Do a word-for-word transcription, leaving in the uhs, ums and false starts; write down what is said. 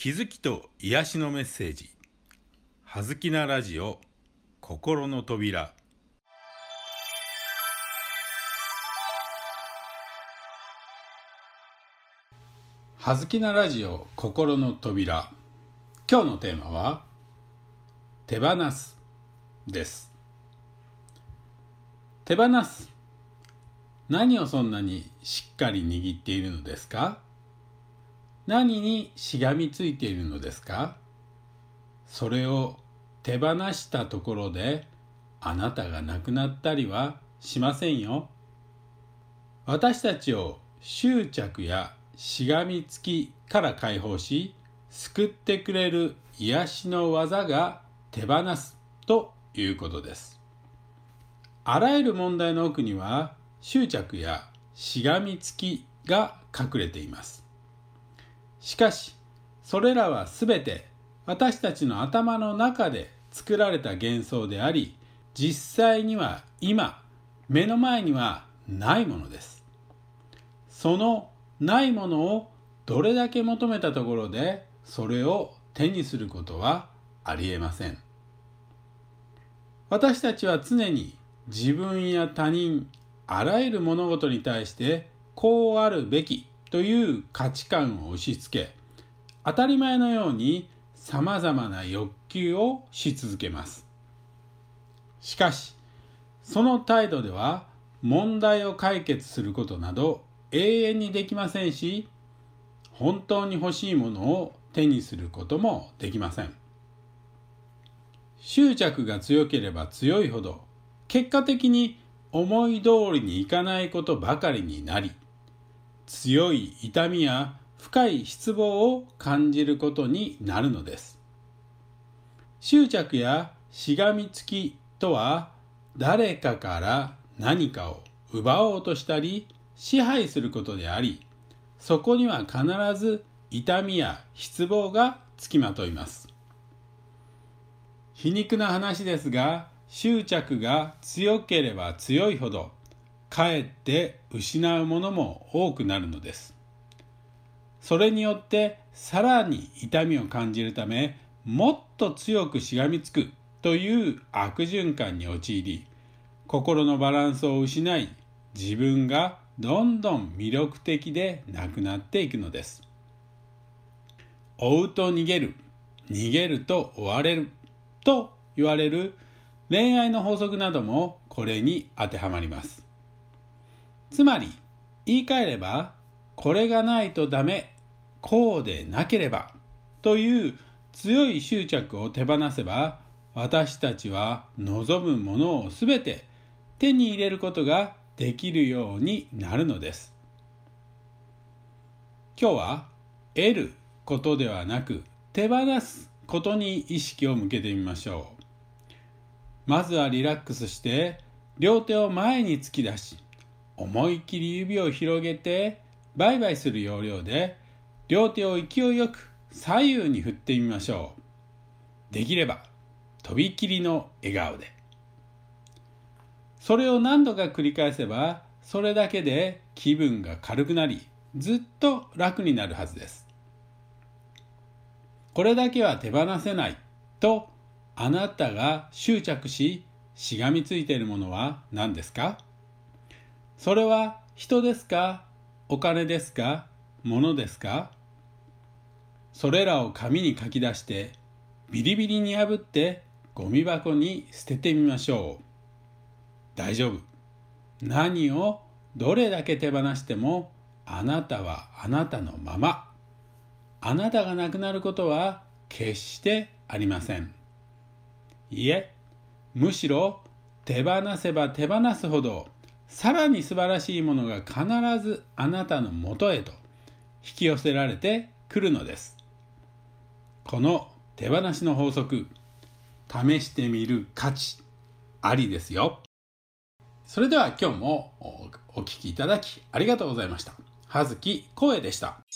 気づきと癒しのメッセージ、はずきなラジオ心の扉。はずきなラジオ心の扉。今日のテーマは手放すです。手放す、何をそんなにしっかり握っているのですか？何にしがみついているのですか？それを手放したところであなたがなくなったりはしませんよ。私たちを執着やしがみつきから解放し、救ってくれる癒しの技が手放すということです。あらゆる問題の奥には執着やしがみつきが隠れています。しかし、それらはすべて私たちの頭の中で作られた幻想であり、実際には今、目の前にはないものです。そのないものをどれだけ求めたところで、それを手にすることはありえません。私たちは常に自分や他人、あらゆる物事に対してこうあるべきという価値観を押し付け、当たり前のようにさまざまな欲求をし続けます。しかし、その態度では問題を解決することなど永遠にできませんし、本当に欲しいものを手にすることもできません。執着が強ければ強いほど、結果的に思い通りにいかないことばかりになり、強い痛みや深い失望を感じることになるのです。執着やしがみつきとは、誰かから何かを奪おうとしたり支配することであり、そこには必ず痛みや失望がつきまといます。皮肉な話ですが、執着が強ければ強いほど、かえって失うものも多くなるのです。それによってさらに痛みを感じるため、もっと強くしがみつくという悪循環に陥り、心のバランスを失い、自分がどんどん魅力的でなくなっていくのです。追うと逃げる、逃げると追われると言われる恋愛の法則などもこれに当てはまります。つまり、言い換えれば、これがないとダメ、こうでなければという強い執着を手放せば、私たちは望むものをすべて手に入れることができるようになるのです。今日は得ることではなく手放すことに意識を向けてみましょう。まずはリラックスして両手を前に突き出し、思い切り指を広げてバイバイする要領で両手を勢いよく左右に振ってみましょう。できればとびきりの笑顔で。それを何度か繰り返せば、それだけで気分が軽くなり、ずっと楽になるはずです。これだけは手放せないとあなたが執着ししがみついているものは何ですか？それは人ですか？お金ですか？物ですか？それらを紙に書き出してビリビリに破ってゴミ箱に捨ててみましょう。大丈夫。何をどれだけ手放してもあなたはあなたのまま。あなたがなくなることは決してありません。いえ、むしろ手放せば手放すほどさらに素晴らしいものが必ずあなたのもとへと引き寄せられてくるのです。この手放しの法則、試してみる価値ありですよ。それでは今日もお聞きいただきありがとうございました。葉月光栄でした。